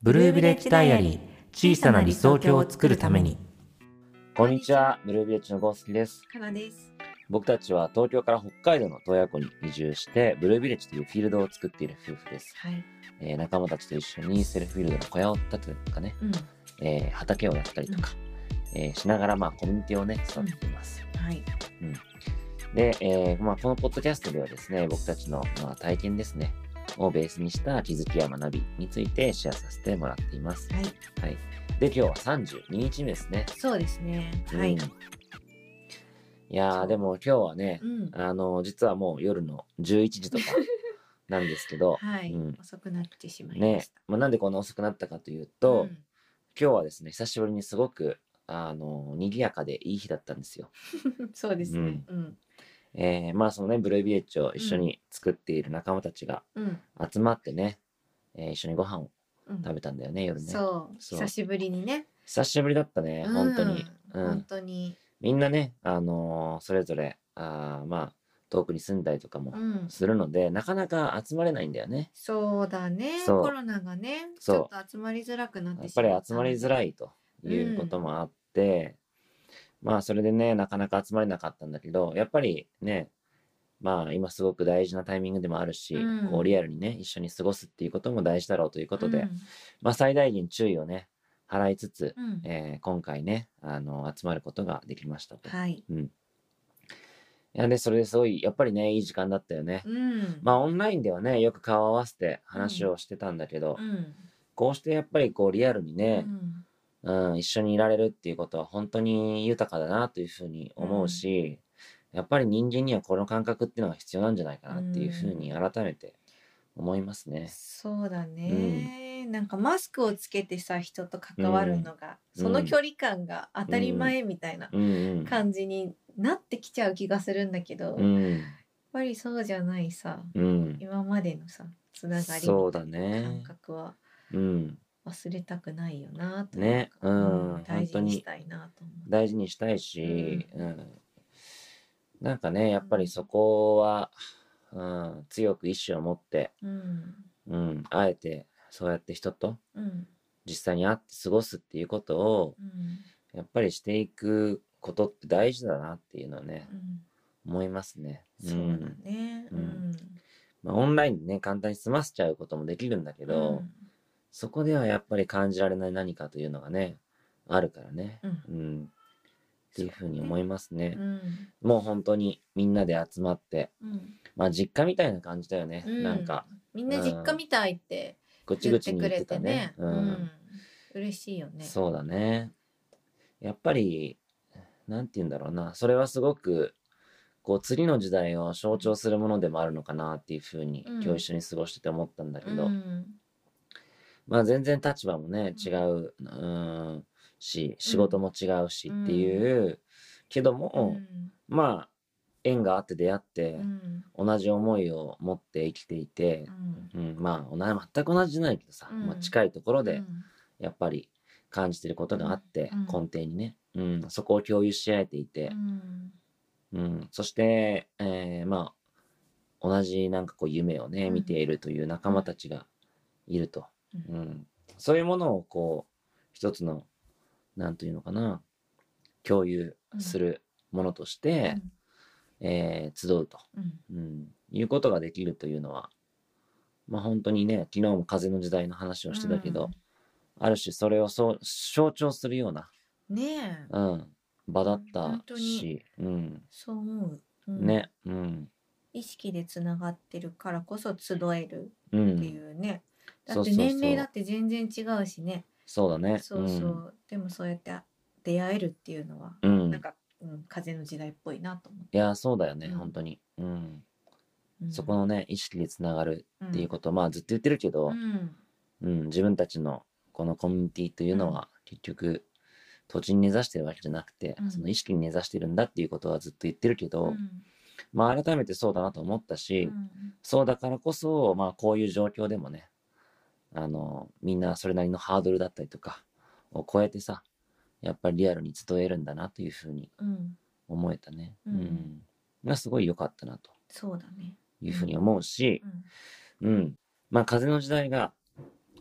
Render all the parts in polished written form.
ブルービレッジダイアリー、小さな理想郷を作るために。 こんにちは、ブルービレッジのゴースキです。 かなです。 僕たちは東京から北海道の洞爺湖に移住して、ブルービレッジというフィールドを作っている夫婦です。 はい。 仲間たちと一緒にセルフフィールドの小屋を建てたりとかね、畑をやったりとか、しながらコミュニティをね、育てています。 はい。 で、このポッドキャストではですね、僕たちの、体験ですね、をベースにした気づきや学びについてシェアさせてもらっています。 はい。 はい。で、今日は32日目ですね。 そうですね。はい。 いやー、でも今日はね、実はもう夜の11時とかなんですけど、 はい。遅くなってしまいまねし、 なんでこんな遅くなったかというと、今日はですね、久しぶりにすごく、賑やかでいい日だったんですよ。 そうですね。 そのね、ブルービレッジを一緒に作っている仲間たちが集まってね、一緒にご飯を食べたんだよね、夜ね。 そう。久しぶりにね。 久しぶりだったね、本当に。 本当に。 みんなね、それぞれ、遠くに住んだりとかもするので、なかなか集まれないんだよね。 そうだね。コロナがね、ちょっと集まりづらくなってしまった。 やっぱり集まりづらいということもあって、それでね、なかなか集まれなかったんだけど、やっぱりね、今すごく大事なタイミングでもあるし、こうリアルにね、一緒に過ごすっていうことも大事だろうということで、最大限注意をね、払いつつ、今回ね、集まることができましたと。 はい。 いやね、それですごい、やっぱりね、いい時間だったよね。オンラインではね、よく顔を合わせて話をしてたんだけど、こうしてやっぱりこうリアルにね、一緒にいられるっていうことは本当に豊かだなというふうに思うし、やっぱり人間にはこの感覚っていうのが必要なんじゃないかなっていうふうに改めて思いますね。 そうだね。なんかマスクをつけてさ、人と関わるのが、その距離感が当たり前みたいな感じになってきちゃう気がするんだけど、やっぱりそうじゃないさ、今までのさ、つながりみたいな感覚は忘れたくないよなというか、大事にしたいなと思う。 大事にしたいし、なんかね、やっぱりそこは、強く意志を持って、あえてそうやって人と実際に会って過ごすっていうことを、やっぱりしていくことって大事だなっていうのはね、思いますね。 そうだね。 オンラインでね、簡単に済ませちゃうこともできるんだけど、そこではやっぱり感じられない何かというのがね、あるからね。っていうふうに思いますね。もう本当にみんなで集まって、実家みたいな感じだよね。なんか。 みんな実家みたいって言ってくれてね。嬉しいよね。 そうだね。やっぱり、なんて言うんだろうな。それはすごく、こう次の時代を象徴するものでもあるのかなっていうふうに、今日一緒に過ごしてて思ったんだけど、全然立場もね、違う、し、仕事も違うしっていう、けども、縁があって出会って、同じ思いを持って生きていて、全く同じじゃないけどさ、近いところで、やっぱり感じてることがあって、根底にね、そこを共有し合えていて、そして、同じなんかこう夢をね、見ているという仲間たちがいると。そういうものをこう、一つの、なんというのかな、共有するものとして、集うと、いうことができるというのは、本当にね、昨日も風の時代の話をしてたけど、ある種それをそう象徴するような、場だったし、 そう思う。 ね、 意識でつながってるからこそ集えるっていうね。だって年齢だって全然違うしね。 そうだね。 そう。でもそうやって出会えるっていうのは、なんか、風の時代っぽいなと思って。 いや、そうだよね、本当に。そこのね、意識でつながるっていうこと、ずっと言ってるけど、自分たちのこのコミュニティというのは、結局、土地に根ざしてるわけじゃなくて、その意識に根ざしてるんだっていうことはずっと言ってるけど、改めてそうだなと思ったし、そうだからこそ、こういう状況でもね、みんなそれなりのハードルだったりとかを超えてさ、やっぱりリアルに集えるんだなというふうに思えたね。がすごい良かったなと。 そうだね。 いうふうに思うし、風の時代が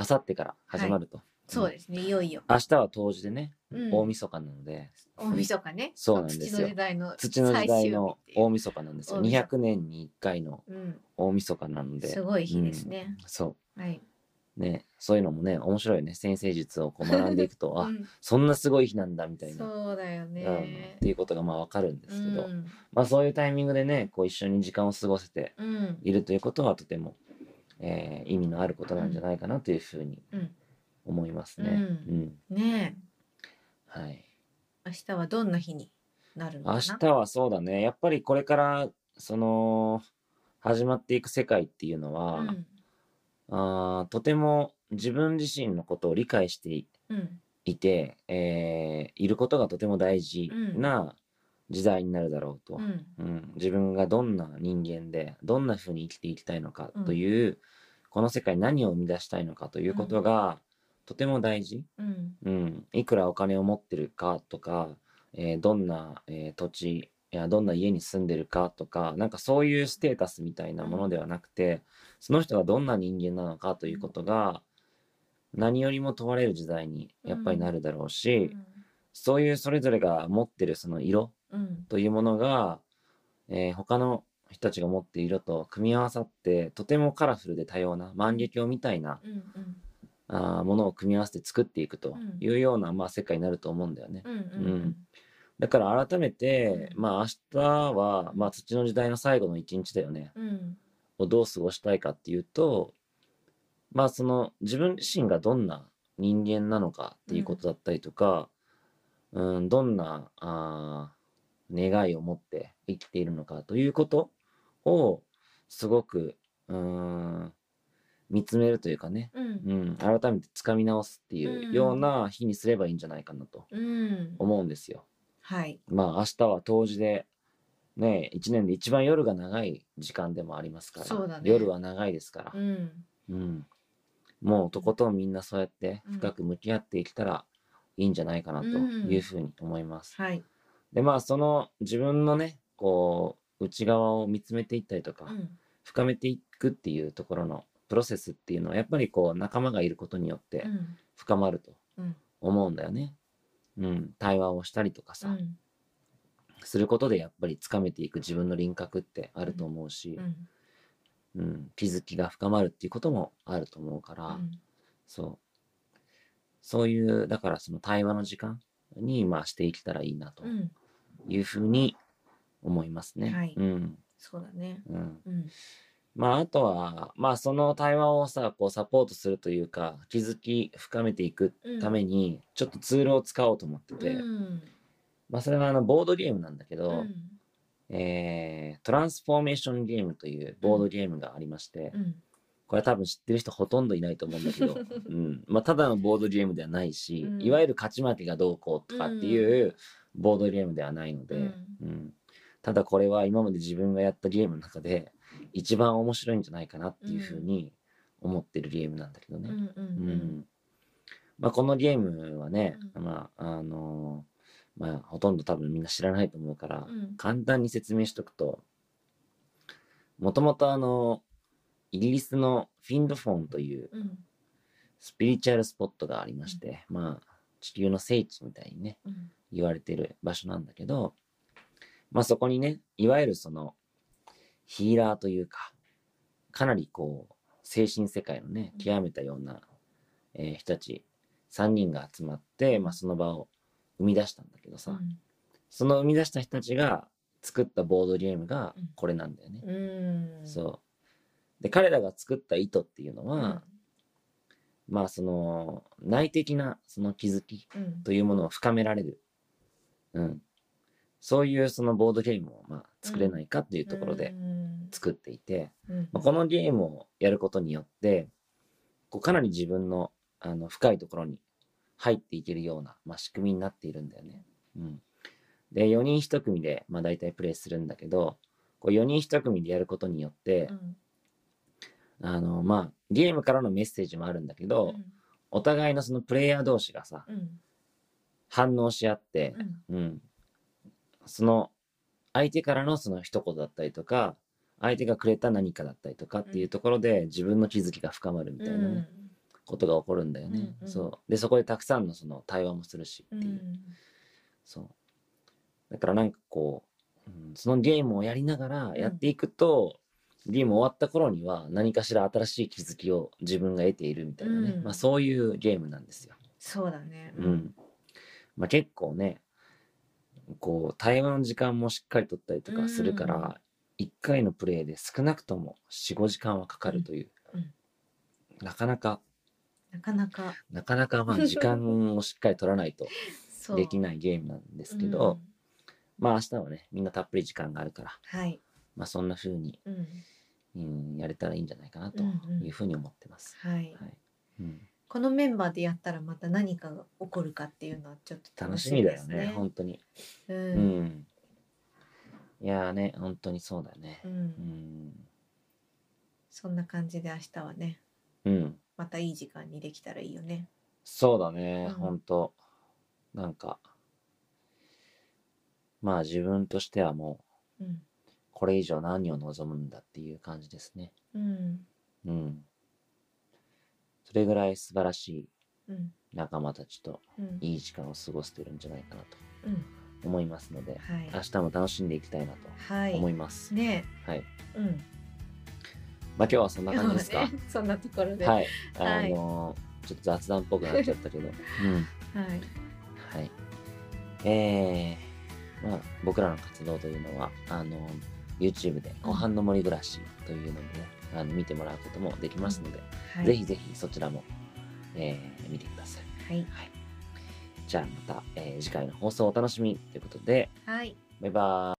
あさってから始まると、 そうですね、いよいよ。 明日は冬至でね、 うん大晦日なので、 大晦日ね。 そうなんですよ。 土の時代の土の時代の大晦晦日なんですよ。 大晦日 200年に1回の日。うん。 大晦日なので。 すごい日ですね。 そはい。 う。ね、そういうのもね、面白いよね。占星術をこう学んでいくと、あ、 うんそんなすごい日なんだみたいな。 そうだよっね。 ていうことがまあわかるんですけど、 うんまあそういうタイミングでね、こう一緒に時間を過ごせてうんいるということはとても、意味のあることなんじゃないかなというふうにうん思いますね。 うんうん。 ねはい。 え、明日はどんな日になるのかな。 明日はそうだね。やっぱりこれからその始まっていく世界っていうのは、とても自分自身のことを理解してうんいて、いることがとても大事な時代になるだろうと、自分がどんな人間でどんな風に生きていきたいのかという、この世界に何を生み出したいのかということがとても大事、いくらお金を持ってるかとか、どんな、土地やどんな家に住んでるかとか、なんかそういうステータスみたいなものではなくて、その人がどんな人間なのかということが何よりも問われる時代にやっぱりなるだろうし、そういうそれぞれが持ってるその色というものが、他の人たちが持っている色と組み合わさってとてもカラフルで多様な万華鏡みたいな、ものを組み合わせて作っていくというような、まあ、世界になると思うんだよね。だから改めて、まあ明日は、まあ、土の時代の最後の一日だよね、をどう過ごしたいかっていうと、まあその自分自身がどんな人間なのかっていうことだったりとか、どんな願いを持って生きているのかということをすごく見つめるというかね、改めて掴み直すっていうような日にすればいいんじゃないかなと思うんですよ。 はい。 まあ明日は冬至でね、一年で一番夜が長い時間でもありますから、 そうだね夜は長いですから、もうとことんみんなそうやって深く向き合っていけたらいいんじゃないかなというふうに思います。 はい。 でまあその自分のねこう内側を見つめていったりとか、深めていくっていうところのプロセスっていうのはやっぱりこう仲間がいることによって深まると思うんだよね。対話をしたりとかさ、することでやっぱりつかめていく自分の輪郭ってあると思うし、気づきが深まるっていうこともあると思うから、そういうだからその対話の時間にまあしていけたらいいなというふうに思いますね。 はい。そうだね。 まああとはまあその対話をさこうサポートするというか気づき深めていくためにちょっとツールを使おうと思ってて、まあそれはボードゲームなんだけど、トランスフォーメーションゲームというボードゲームがありまして、これ多分知ってる人ほとんどいないと思うんだけど、まあただのボードゲームではないし、いわゆる勝ち負けがどうこうとかっていうボードゲームではないので、ただこれは今まで自分がやったゲームの中で一番面白いんじゃないかなっていうふうに思ってるゲームなんだけどね。まあこのゲームはね、まあほとんど多分みんな知らないと思うから、簡単に説明しとくと、もともとイギリスのフィンドフォンというスピリチュアルスポットがありまして、まあ地球の聖地みたいにね、言われてる場所なんだけど、まあそこにね、いわゆるそのヒーラーというか、かなりこう精神世界のね、極めたような、人たち3人が集まって、まあその場を生み出したんだけどさ、その生み出した人たちが作ったボードゲームがこれなんだよね。で彼らが作った意図っていうのは、まあその内的なその気づきというものを深められる、そういうそのボードゲームをまあ作れないかっていうところで作っていて、このゲームをやることによってこうかなり自分の深いところに入っていけるような、まあ、仕組みになっているんだよね。で4人1組で、まあ、大体プレイするんだけど、こう4人1組でやることによって、まあゲームからのメッセージもあるんだけど、お互いのそのプレイヤー同士がさ、反応し合って、その相手からのその一言だったりとか、相手がくれた何かだったりとかっていうところで自分の気づきが深まるみたいなね、 ことが起こるんだよね。 うんうんそうでそこでたくさんのその対話もするしっていう、そうだからなんかこう、そのゲームをやりながらやっていくと、ゲーム終わった頃には何かしら新しい気づきを自分が得ているみたいなね、まあそういうゲームなんですよ。 そうだね。 まあ結構ね、こう対話の時間もしっかり取ったりとかするから、1回のプレイで少なくとも4、5時間はかかるという、なかなかまあ時間をしっかり取らないとできないゲームなんですけど、まあ明日はねみんなたっぷり時間があるから、まあそんな風に、やれたらいいんじゃないかなというふうに思ってます。 このメンバーでやったらまた何かが起こるかっていうのはちょっと楽しみだよね、本当に。いやーね、本当にそうだよね。 そんな感じで明日はね、またいい時間にできたらいいよね。 そうだね、本当なんかまあ自分としてはもう、これ以上何を望むんだっていう感じですね。それぐらい素晴らしい仲間たちといい時間を過ごしてるんじゃないかなと思いますので、明日も楽しんでいきたいなと思います。 ね。 はい。まあ今日はそんな感じですか。 そんなところで。 はい。ちょっと雑談っぽくなっちゃったけど。はい。まあ僕らの活動というのはYouTube でご飯の森暮らしというのでね、見てもらうこともできますので、ぜひぜひそちらも、見てください。じゃあまた、次回の放送をお楽しみということで、バイバーイ。